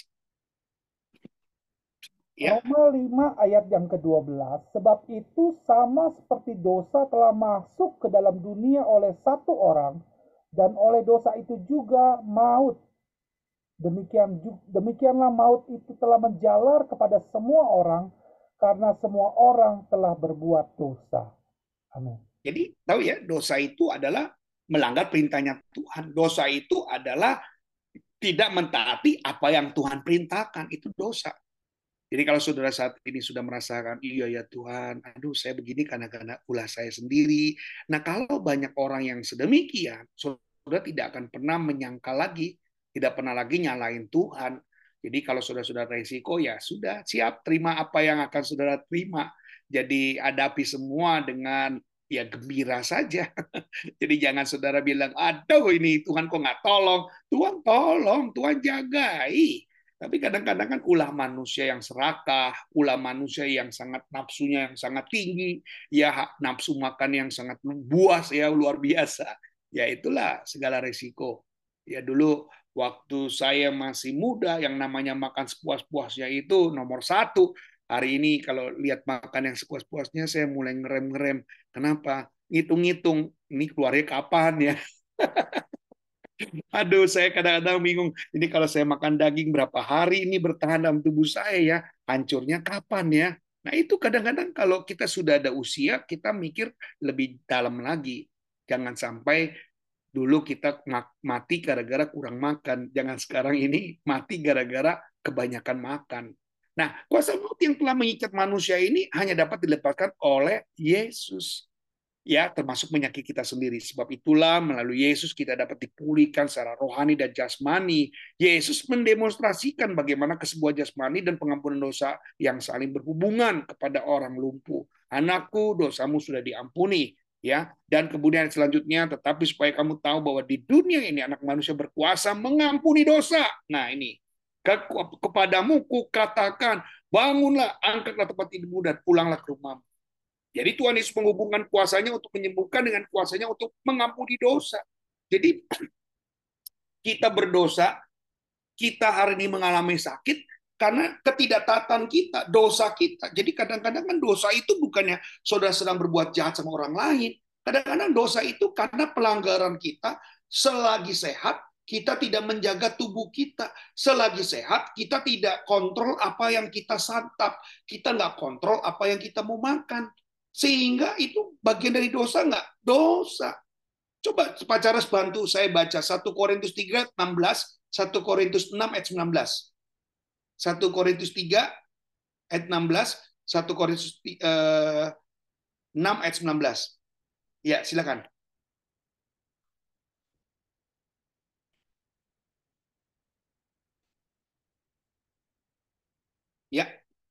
Ya. Roma 5 ayat yang ke-12, sebab itu sama seperti dosa telah masuk ke dalam dunia oleh satu orang, dan oleh dosa itu juga maut. Demikianlah maut itu telah menjalar kepada semua orang, karena semua orang telah berbuat dosa. Amin. Jadi tahu ya, dosa itu adalah melanggar perintahnya Tuhan. Dosa itu adalah tidak mentaati apa yang Tuhan perintahkan. Itu dosa. Jadi kalau saudara saat ini sudah merasakan, iya ya Tuhan, aduh saya begini karena ulah saya sendiri. Nah kalau banyak orang yang sedemikian, saudara tidak akan pernah menyangkal lagi, tidak pernah lagi nyalain Tuhan. Jadi kalau saudara-saudara resiko, ya sudah, siap terima apa yang akan saudara terima. Jadi hadapi semua dengan ya gembira saja. Jadi jangan saudara bilang, aduh ini Tuhan kok nggak tolong. Tuhan tolong, Tuhan jagai. Tapi kadang-kadang kan ulah manusia yang serakah, ulah manusia yang sangat nafsunya yang sangat tinggi, ya nafsu makan yang sangat buas ya luar biasa. Ya itulah segala resiko. Ya dulu waktu saya masih muda yang namanya makan sepuas-puasnya itu nomor satu. Hari ini kalau lihat makan yang sepuas-puasnya saya mulai ngerem-ngerem. Kenapa? Ngitung-ngitung ini keluarnya kapan ya? Aduh, saya kadang-kadang bingung. Ini kalau saya makan daging berapa hari ini bertahan dalam tubuh saya ya? Hancurnya kapan ya? Nah, itu kadang-kadang kalau kita sudah ada usia, kita mikir lebih dalam lagi. Jangan sampai dulu kita mati gara-gara kurang makan. Jangan sekarang ini mati gara-gara kebanyakan makan. Nah, kuasa maut yang telah mengikat manusia ini hanya dapat dilepaskan oleh Yesus, ya termasuk penyakit kita sendiri. Sebab itulah melalui Yesus kita dapat dipulihkan secara rohani dan jasmani. Yesus mendemonstrasikan bagaimana kesembuhan jasmani dan pengampunan dosa yang saling berhubungan kepada orang lumpuh. Anakku, dosamu sudah diampuni. Ya, dan kemudian selanjutnya, tetapi supaya kamu tahu bahwa di dunia ini anak manusia berkuasa mengampuni dosa. Nah ini, kepadamu kukatakan, bangunlah, angkatlah tempat tidurmu dan pulanglah ke rumahmu. Jadi Tuhan Yesus menghubungkan kuasanya untuk menyembuhkan dengan kuasanya untuk mengampuni dosa. Jadi kita berdosa, kita hari ini mengalami sakit karena ketidaktaatan kita, dosa kita. Jadi kadang-kadang kan dosa itu bukannya saudara sedang berbuat jahat sama orang lain. Kadang-kadang dosa itu karena pelanggaran kita. Selagi sehat, kita tidak menjaga tubuh kita. Selagi sehat, kita tidak kontrol apa yang kita santap. Kita nggak kontrol apa yang kita mau makan. Sehingga itu bagian dari dosa nggak? Dosa. Coba Pak Charles bantu saya baca 1 Korintus 3 16, 1 Korintus 6 ayat 19. 1 Korintus 3 ayat 16, 1 Korintus 6 ayat 19. Ya, silakan. Ya.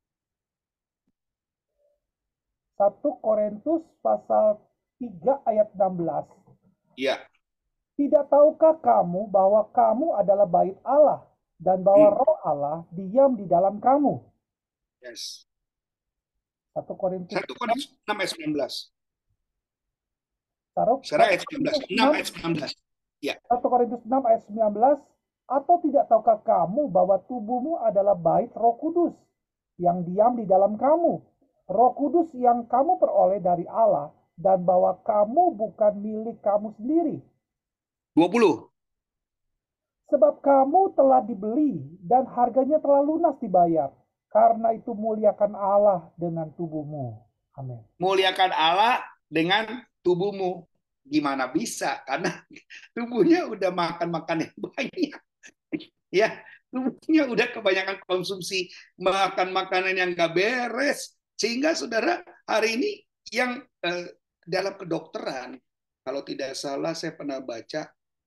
1 Korintus pasal 3 ayat 16. Ya. Tidak tahukah kamu bahwa kamu adalah bait Allah dan bahwa Roh Allah diam di dalam kamu? Yes. 1 Korintus 1 Korintus 6 ayat 19. taruh Sekarang 1 ayat 19. Korintus 6 6 ayat 19. Ya. 1 Korintus 6 ayat 19. Atau tidak tahukah kamu bahwa tubuhmu adalah bait Roh Kudus yang diam di dalam kamu, Roh Kudus yang kamu peroleh dari Allah, dan bahwa kamu bukan milik kamu sendiri, 20. sebab kamu telah dibeli dan harganya telah lunas dibayar. Karena itu muliakan Allah dengan tubuhmu. Amin. Muliakan Allah dengan tubuhmu. Gimana bisa? Karena tubuhnya udah makan-makan yang banyak. Ya, tubuhnya udah kebanyakan konsumsi makan makanan yang gak beres. Sehingga saudara, hari ini yang dalam kedokteran, kalau tidak salah saya pernah baca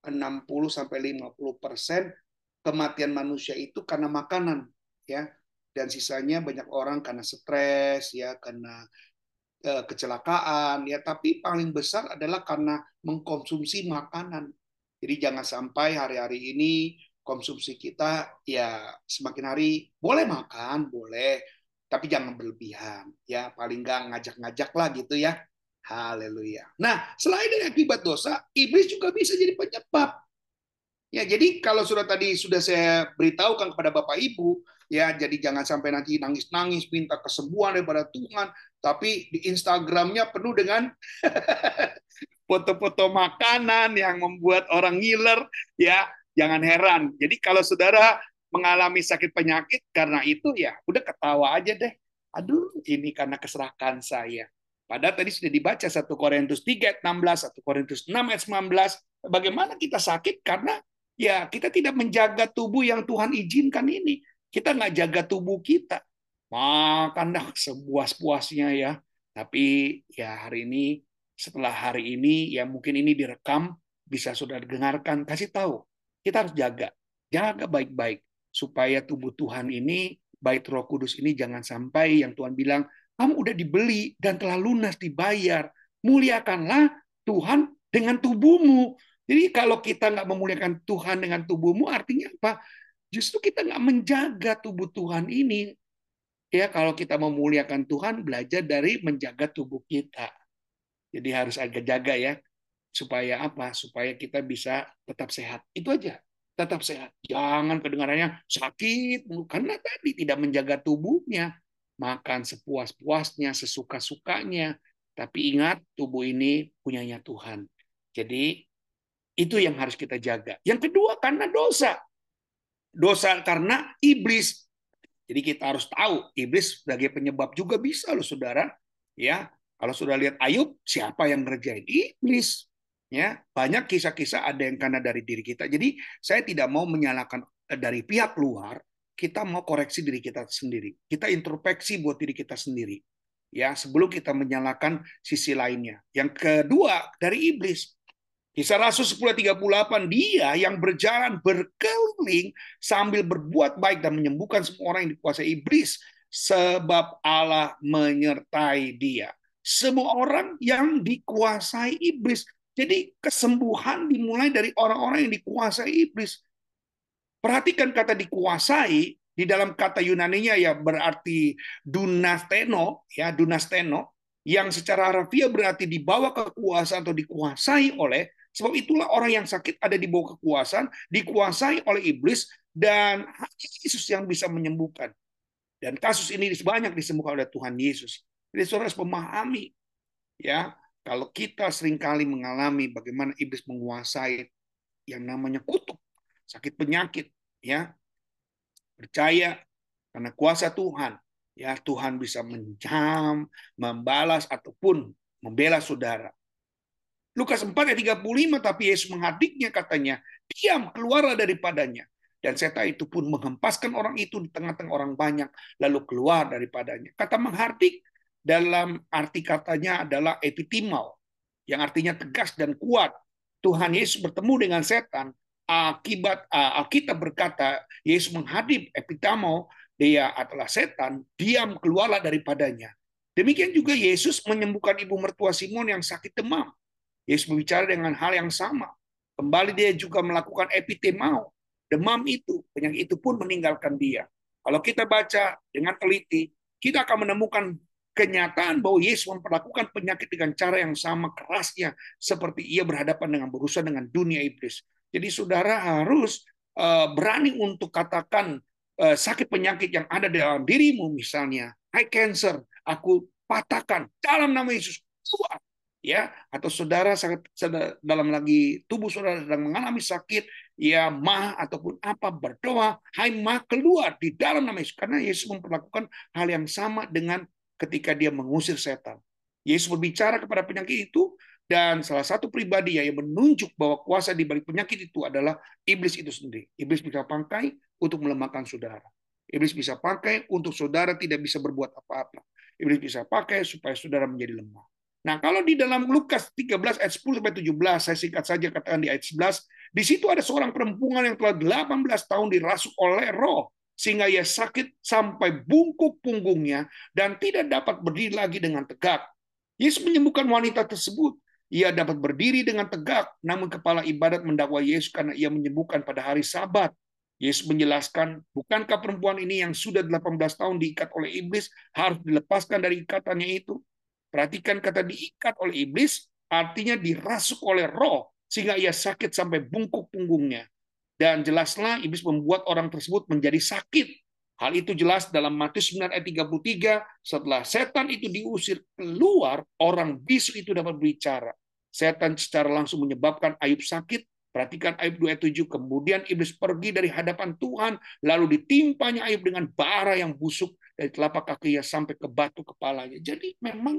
60-50% kematian manusia itu karena makanan, ya. Dan sisanya banyak orang karena stres, ya, karena kecelakaan, ya. Tapi paling besar adalah karena mengkonsumsi makanan. Jadi jangan sampai hari-hari ini konsumsi kita ya semakin hari boleh makan, boleh, tapi jangan berlebihan, ya. Paling nggak ngajak-ngajak lah gitu ya. Haleluya. Nah, selain dari akibat dosa, iblis juga bisa jadi penyebab. Ya, jadi kalau sudah tadi sudah saya beritahukan kepada Bapak Ibu, ya, jadi jangan sampai nanti nangis-nangis minta kesembuhan daripada Tuhan, tapi di Instagramnya penuh dengan foto-foto makanan yang membuat orang ngiler, ya, jangan heran. Jadi kalau saudara mengalami sakit penyakit karena itu, ya udah ketawa aja deh. Aduh, ini karena keserakahan saya. Padahal tadi sudah dibaca 1 Korintus 3 ayat 16, 1 Korintus 6 ayat 19. Bagaimana kita sakit karena ya kita tidak menjaga tubuh yang Tuhan izinkan ini. Kita nggak jaga tubuh kita. Makanlah sepuas-puasnya ya. Tapi ya hari ini, setelah hari ini, ya mungkin ini direkam, bisa saudara dengarkan, kasih tahu. Kita harus jaga baik-baik, supaya tubuh Tuhan ini, bait Roh Kudus ini jangan sampai yang Tuhan bilang, kamu udah dibeli dan telah lunas dibayar. Muliakanlah Tuhan dengan tubuhmu. Jadi kalau kita nggak memuliakan Tuhan dengan tubuhmu, artinya apa? Justru kita nggak menjaga tubuh Tuhan ini. Ya, kalau kita memuliakan Tuhan, belajar dari menjaga tubuh kita. Jadi harus agak jaga ya, supaya apa? Supaya kita bisa tetap sehat. Itu aja, tetap sehat. Jangan kedengarannya sakit, karena tadi tidak menjaga tubuhnya. Makan sepuas-puasnya, sesuka-sukanya. Tapi ingat, tubuh ini punyanya Tuhan. Jadi itu yang harus kita jaga. Yang kedua, karena dosa. Dosa karena iblis. Jadi kita harus tahu iblis sebagai penyebab juga bisa loh saudara. Ya, kalau sudah lihat Ayub, siapa yang ngerjain? Iblis. Ya, banyak kisah-kisah ada yang karena dari diri kita. Jadi saya tidak mau menyalahkan dari pihak luar, kita mau koreksi diri kita sendiri. Kita introspeksi buat diri kita sendiri. Ya, sebelum kita menyalahkan sisi lainnya. Yang kedua, dari iblis. Kisah Rasul 10:38, dia yang berjalan berkeliling sambil berbuat baik dan menyembuhkan semua orang yang dikuasai iblis, sebab Allah menyertai dia. Semua orang yang dikuasai iblis. Jadi kesembuhan dimulai dari orang-orang yang dikuasai iblis. Perhatikan kata dikuasai, di dalam kata Yunaninya ya berarti dunasteno, ya dunasteno, yang secara harfiah berarti dibawa kekuasaan atau dikuasai oleh. Sebab itulah orang yang sakit ada di bawah kekuasaan, dikuasai oleh iblis, dan hanya Yesus yang bisa menyembuhkan. Dan kasus ini banyak disembuhkan oleh Tuhan Yesus. Jadi saudara harus memahami, ya, kalau kita seringkali mengalami bagaimana iblis menguasai yang namanya kutuk, sakit penyakit, ya, percaya karena kuasa Tuhan, ya Tuhan bisa menjam, membalas ataupun membela saudara. Lukas 4 ayat 35, tapi Yesus menghadiknya, katanya, diam, keluarlah daripadanya. Dan setan itu pun menghempaskan orang itu di tengah-tengah orang banyak, lalu keluar daripadanya. Kata menghardik dalam arti katanya adalah epitimau, yang artinya tegas dan kuat. Tuhan Yesus bertemu dengan setan, akibat Alkitab berkata Yesus menghadap epitimau, dia adalah setan, diam keluarlah daripadanya. Demikian juga Yesus menyembuhkan ibu mertua Simon yang sakit demam. Yesus berbicara dengan hal yang sama. Kembali dia juga melakukan epitemau. Demam itu, penyakit itu pun meninggalkan dia. Kalau kita baca dengan teliti, kita akan menemukan kenyataan bahwa Yesus memperlakukan penyakit dengan cara yang sama kerasnya seperti ia berhadapan dengan berurusan dengan dunia iblis. Jadi saudara harus berani untuk katakan sakit penyakit yang ada dalam dirimu, misalnya high cancer, aku patahkan dalam nama Yesus. Ya, atau saudara dalam lagi tubuh saudara sedang mengalami sakit, ya mah ataupun apa, berdoa, hai mah keluar di dalam nama Yesus, karena Yesus memperlakukan hal yang sama dengan ketika dia mengusir setan. Yesus berbicara kepada penyakit itu, dan salah satu pribadi yang menunjuk bahwa kuasa di balik penyakit itu adalah iblis itu sendiri. Iblis bisa pakai untuk melemahkan saudara. Iblis bisa pakai untuk saudara tidak bisa berbuat apa-apa. Iblis bisa pakai supaya saudara menjadi lemah. Nah, kalau di dalam Lukas 13 ayat 10 sampai 17, saya singkat saja katakan di ayat 11, di situ ada seorang perempuan yang telah 18 tahun dirasuk oleh roh, sehingga ia sakit sampai bungkuk punggungnya dan tidak dapat berdiri lagi dengan tegak. Yesus menyembuhkan wanita tersebut. Ia dapat berdiri dengan tegak, namun kepala ibadat mendakwa Yesus karena ia menyembuhkan pada hari Sabat. Yesus menjelaskan, bukankah perempuan ini yang sudah 18 tahun diikat oleh iblis harus dilepaskan dari ikatannya itu? Perhatikan kata diikat oleh iblis, artinya dirasuk oleh roh, sehingga ia sakit sampai bungkuk punggungnya. Dan jelaslah iblis membuat orang tersebut menjadi sakit. Hal itu jelas dalam Matius 9 ayat 33, setelah setan itu diusir keluar, orang bisu itu dapat berbicara. Setan secara langsung menyebabkan Ayub sakit. Perhatikan Ayub 2 ayat 7, kemudian iblis pergi dari hadapan Tuhan, lalu ditimpanya Ayub dengan bara yang busuk dari telapak kakinya sampai ke batu kepalanya. Jadi memang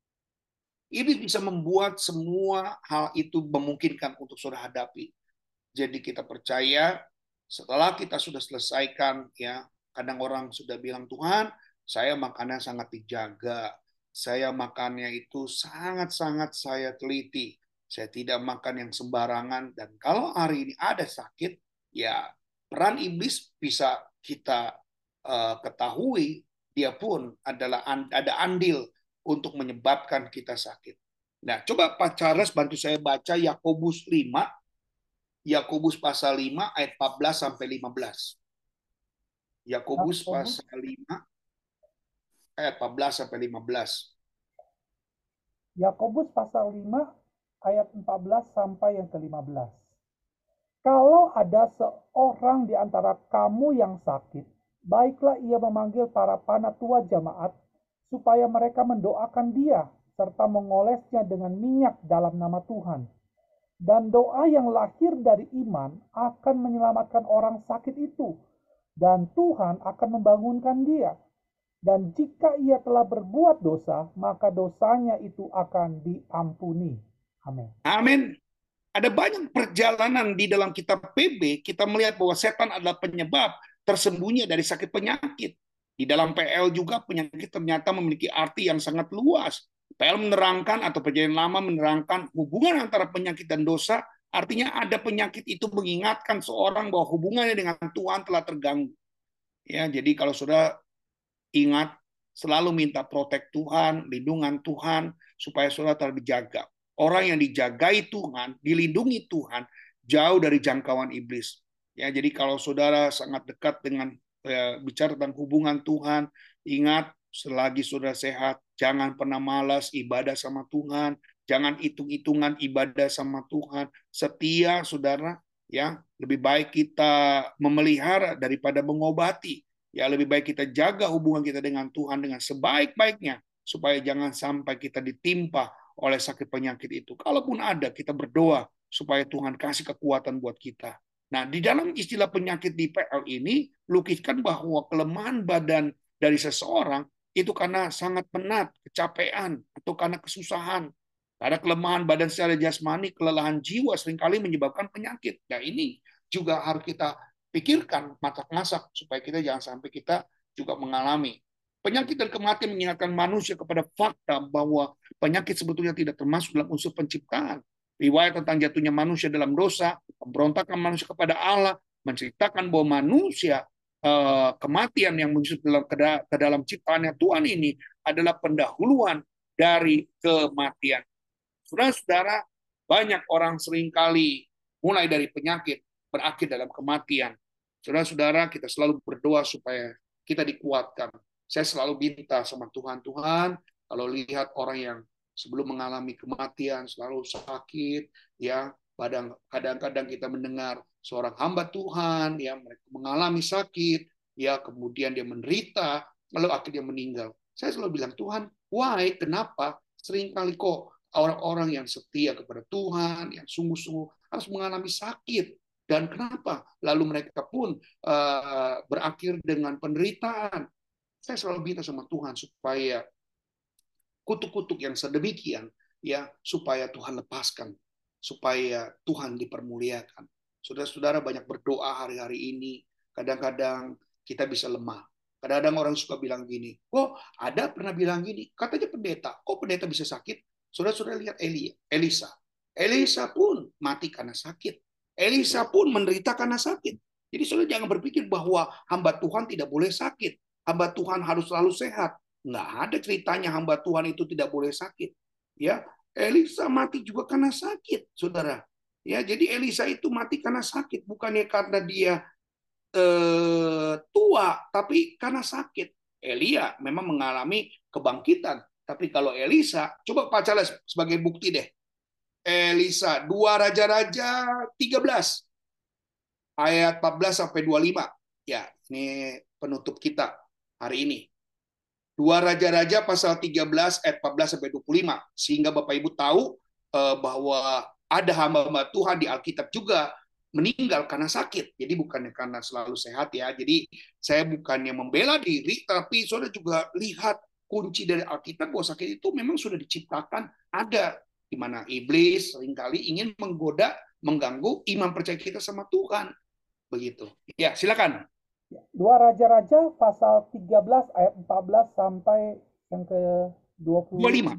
ini bisa membuat semua hal itu memungkinkan untuk saudara hadapi. Jadi kita percaya setelah kita sudah selesaikan, ya kadang orang sudah bilang, Tuhan, saya makannya sangat dijaga, saya makannya itu sangat-sangat saya teliti, saya tidak makan yang sembarangan, dan kalau hari ini ada sakit, ya peran iblis bisa kita ketahui, dia pun adalah ada andil untuk menyebabkan kita sakit. Nah, coba Pak Charles bantu saya baca Yakobus 5, Yakobus pasal 5 ayat 14 sampai 15. Yakobus pasal 5 ayat 14 sampai 15. Yakobus pasal 5 ayat 14 sampai yang ke-15. Kalau ada seorang di antara kamu yang sakit, baiklah ia memanggil para panatua jemaat supaya mereka mendoakan dia serta mengolesnya dengan minyak dalam nama Tuhan. Dan doa yang lahir dari iman akan menyelamatkan orang sakit itu, dan Tuhan akan membangunkan dia. Dan jika ia telah berbuat dosa, maka dosanya itu akan diampuni. Amin. Amin. Ada banyak perjalanan di dalam kitab PB, kita melihat bahwa setan adalah penyebab tersembunyi dari sakit penyakit. Di dalam PL juga penyakit ternyata memiliki arti yang sangat luas. PL menerangkan atau perjanjian lama menerangkan hubungan antara penyakit dan dosa, artinya ada penyakit itu mengingatkan seorang bahwa hubungannya dengan Tuhan telah terganggu. Ya, jadi kalau sudah ingat selalu minta protek Tuhan, lindungan Tuhan supaya saudara tetap dijaga. Orang yang dijagai Tuhan, dilindungi Tuhan, jauh dari jangkauan iblis. Ya, jadi kalau saudara sangat dekat dengan bicara tentang hubungan Tuhan, ingat selagi saudara sehat, jangan pernah malas ibadah sama Tuhan, jangan hitung-hitungan ibadah sama Tuhan. Setia saudara, ya, lebih baik kita memelihara daripada mengobati. Ya, lebih baik kita jaga hubungan kita dengan Tuhan dengan sebaik-baiknya supaya jangan sampai kita ditimpa oleh sakit penyakit itu. Kalaupun ada, kita berdoa supaya Tuhan kasih kekuatan buat kita. Nah, di dalam istilah penyakit di PL ini, lukiskan bahwa kelemahan badan dari seseorang itu karena sangat penat, kecapean, atau karena kesusahan. Ada kelemahan badan secara jasmani, kelelahan jiwa seringkali menyebabkan penyakit. Nah, ini juga harus kita pikirkan, masak-masak, supaya kita jangan sampai kita juga mengalami. Penyakit dan kematian mengingatkan manusia kepada fakta bahwa penyakit sebetulnya tidak termasuk dalam unsur penciptaan. Riwayat tentang jatuhnya manusia dalam dosa, pemberontakan manusia kepada Allah, menceritakan bahwa manusia kematian yang muncul ke dalam ciptaannya Tuhan ini adalah pendahuluan dari kematian. Saudara-saudara, banyak orang seringkali mulai dari penyakit berakhir dalam kematian. Saudara-saudara, kita selalu berdoa supaya kita dikuatkan. Saya selalu minta sama Tuhan, Tuhan, kalau lihat orang yang sebelum mengalami kematian selalu sakit, ya, kadang-kadang kita mendengar seorang hamba Tuhan yang mengalami sakit, ya, kemudian dia menderita, lalu akhirnya meninggal. Saya selalu bilang, Tuhan, why? Kenapa? Seringkali kok orang-orang yang setia kepada Tuhan, yang sungguh-sungguh harus mengalami sakit. Dan kenapa? Lalu mereka pun berakhir dengan penderitaan. Saya selalu minta sama Tuhan supaya kutuk-kutuk yang sedemikian, ya, supaya Tuhan lepaskan, supaya Tuhan dipermuliakan. Saudara-saudara banyak berdoa hari-hari ini. Kadang-kadang kita bisa lemah. Kadang-kadang orang suka bilang gini, oh ada pernah bilang gini, katanya pendeta, kok pendeta bisa sakit? Saudara-saudara lihat Elisa. Elisa pun mati karena sakit. Elisa pun menderita karena sakit. Jadi saudara jangan berpikir bahwa hamba Tuhan tidak boleh sakit. Hamba Tuhan harus selalu sehat. Nggak ada ceritanya hamba Tuhan itu tidak boleh sakit. Ya, Elisa mati juga karena sakit, saudara. Ya, jadi Elisa itu mati karena sakit, bukannya karena dia tua, tapi karena sakit. Elia memang mengalami kebangkitan, tapi kalau Elisa, coba baca sebagai bukti deh. Elisa 2 Raja-Raja 13 ayat 14 sampai 25. Ya, ini penutup kita hari ini. 2 Raja-Raja pasal 13 ayat 14 sampai 25. Sehingga Bapak Ibu tahu bahwa ada hamba-hamba Tuhan di Alkitab juga meninggal karena sakit. Jadi bukannya karena selalu sehat ya. Jadi saya bukannya membela diri, tapi saudara juga lihat kunci dari Alkitab bahwa sakit itu memang sudah diciptakan ada, di mana iblis seringkali ingin menggoda, mengganggu iman percaya kita sama Tuhan. Begitu. Ya, silakan. 2 Raja-Raja pasal 13 ayat 14 sampai yang ke 25.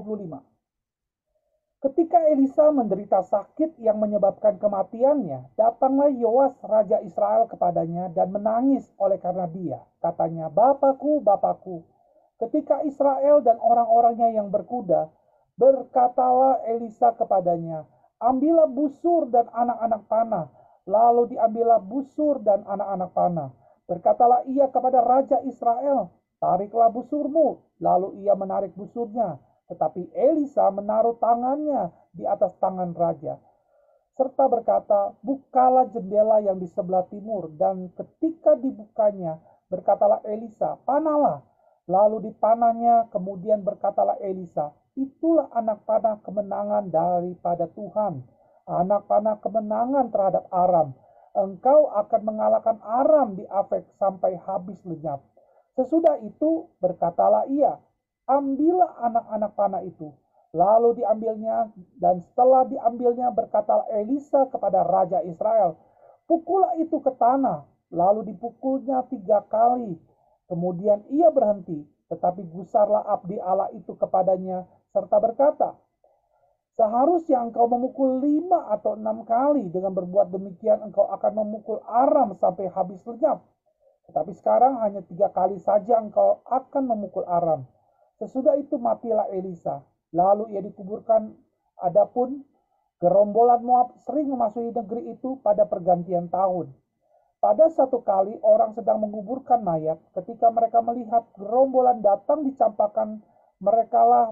Ketika Elisa menderita sakit yang menyebabkan kematiannya, datanglah Yoas Raja Israel kepadanya dan menangis oleh karena dia. Katanya, Bapakku, Bapakku. Ketika Israel dan orang-orangnya yang berkuda, berkatalah Elisa kepadanya, ambillah busur dan anak-anak panah. Lalu diambillah busur dan anak-anak panah. Berkatalah ia kepada Raja Israel, tariklah busurmu. Lalu ia menarik busurnya. Tetapi Elisa menaruh tangannya di atas tangan raja, serta berkata, bukalah jendela yang di sebelah timur. Dan ketika dibukanya, berkatalah Elisa, panahlah. Lalu dipanahnya, kemudian berkatalah Elisa, itulah anak panah kemenangan daripada Tuhan, anak panah kemenangan terhadap Aram. Engkau akan mengalahkan Aram di Afek sampai habis lenyap. Sesudah itu berkatalah ia, ambillah anak-anak panah itu. Lalu diambilnya, dan setelah diambilnya berkata Elisa kepada Raja Israel, pukullah itu ke tanah. Lalu dipukulnya 3 kali. Kemudian ia berhenti, tetapi gusarlah abdi Allah itu kepadanya, serta berkata, seharusnya engkau memukul 5 atau 6 kali. Dengan berbuat demikian engkau akan memukul Aram sampai habis lenyap. Tetapi sekarang hanya 3 kali saja engkau akan memukul Aram. Sesudah itu matilah Elisa. Lalu ia dikuburkan. Adapun gerombolan Moab sering memasuki negeri itu pada pergantian tahun. Pada satu kali orang sedang menguburkan mayat, ketika mereka melihat gerombolan datang, dicampakkan merekalah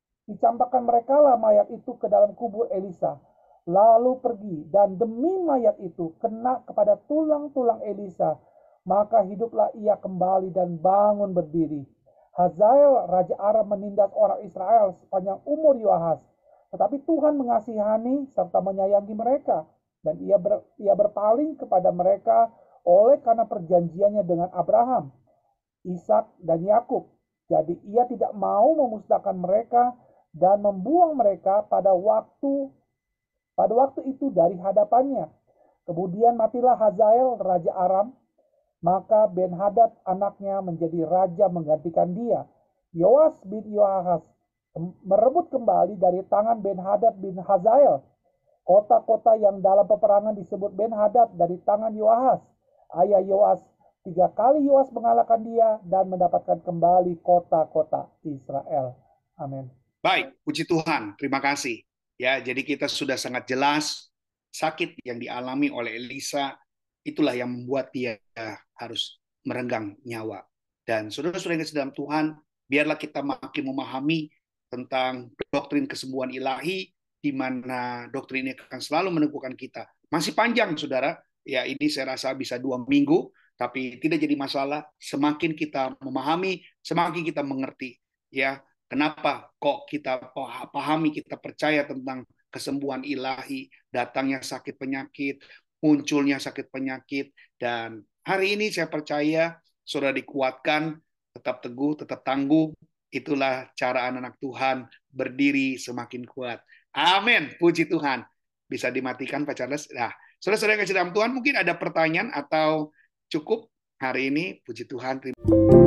mayat itu ke dalam kubur Elisa. Lalu pergi, dan demi mayat itu kena kepada tulang-tulang Elisa, maka hiduplah ia kembali dan bangun berdiri. Hazael Raja Aram menindas orang Israel sepanjang umur Yoahas. Tetapi Tuhan mengasihani serta menyayangi mereka, dan ia berpaling kepada mereka oleh karena perjanjiannya dengan Abraham, Ishak dan Yakub. Jadi ia tidak mau memusnahkan mereka dan membuang mereka pada waktu itu dari hadapannya. Kemudian matilah Hazael, Raja Aram, maka Ben-Hadad anaknya menjadi raja menggantikan dia. Yoas bin Yoahaz merebut kembali dari tangan Ben-Hadad bin Hazael kota-kota yang dalam peperangan disebut Ben-Hadad dari tangan Yoahaz, ayah Yoas. 3 kali Yoas mengalahkan dia dan mendapatkan kembali kota-kota Israel. Amin. Baik, puji Tuhan. Terima kasih. Ya, jadi kita sudah sangat jelas sakit yang dialami oleh Elisa itulah yang membuat dia harus merenggang nyawa. Dan saudara-saudara yang dalam Tuhan, biarlah kita makin memahami tentang doktrin kesembuhan ilahi, di mana doktrin ini akan selalu meneguhkan kita. Masih panjang, saudara. Ya, ini saya rasa bisa 2 minggu, tapi tidak jadi masalah. Semakin kita memahami, semakin kita mengerti. Ya, kenapa kok kita pahami, kita percaya tentang kesembuhan ilahi, datangnya sakit penyakit, munculnya sakit penyakit. Dan hari ini saya percaya saudara dikuatkan, tetap teguh, tetap tangguh. Itulah cara anak-anak Tuhan berdiri semakin kuat. Amin. Puji Tuhan. Bisa dimatikan Pak Charles. Nah, saudara-saudara yang kasih dalam Tuhan, mungkin ada pertanyaan atau cukup hari ini. Puji Tuhan. Terima kasih.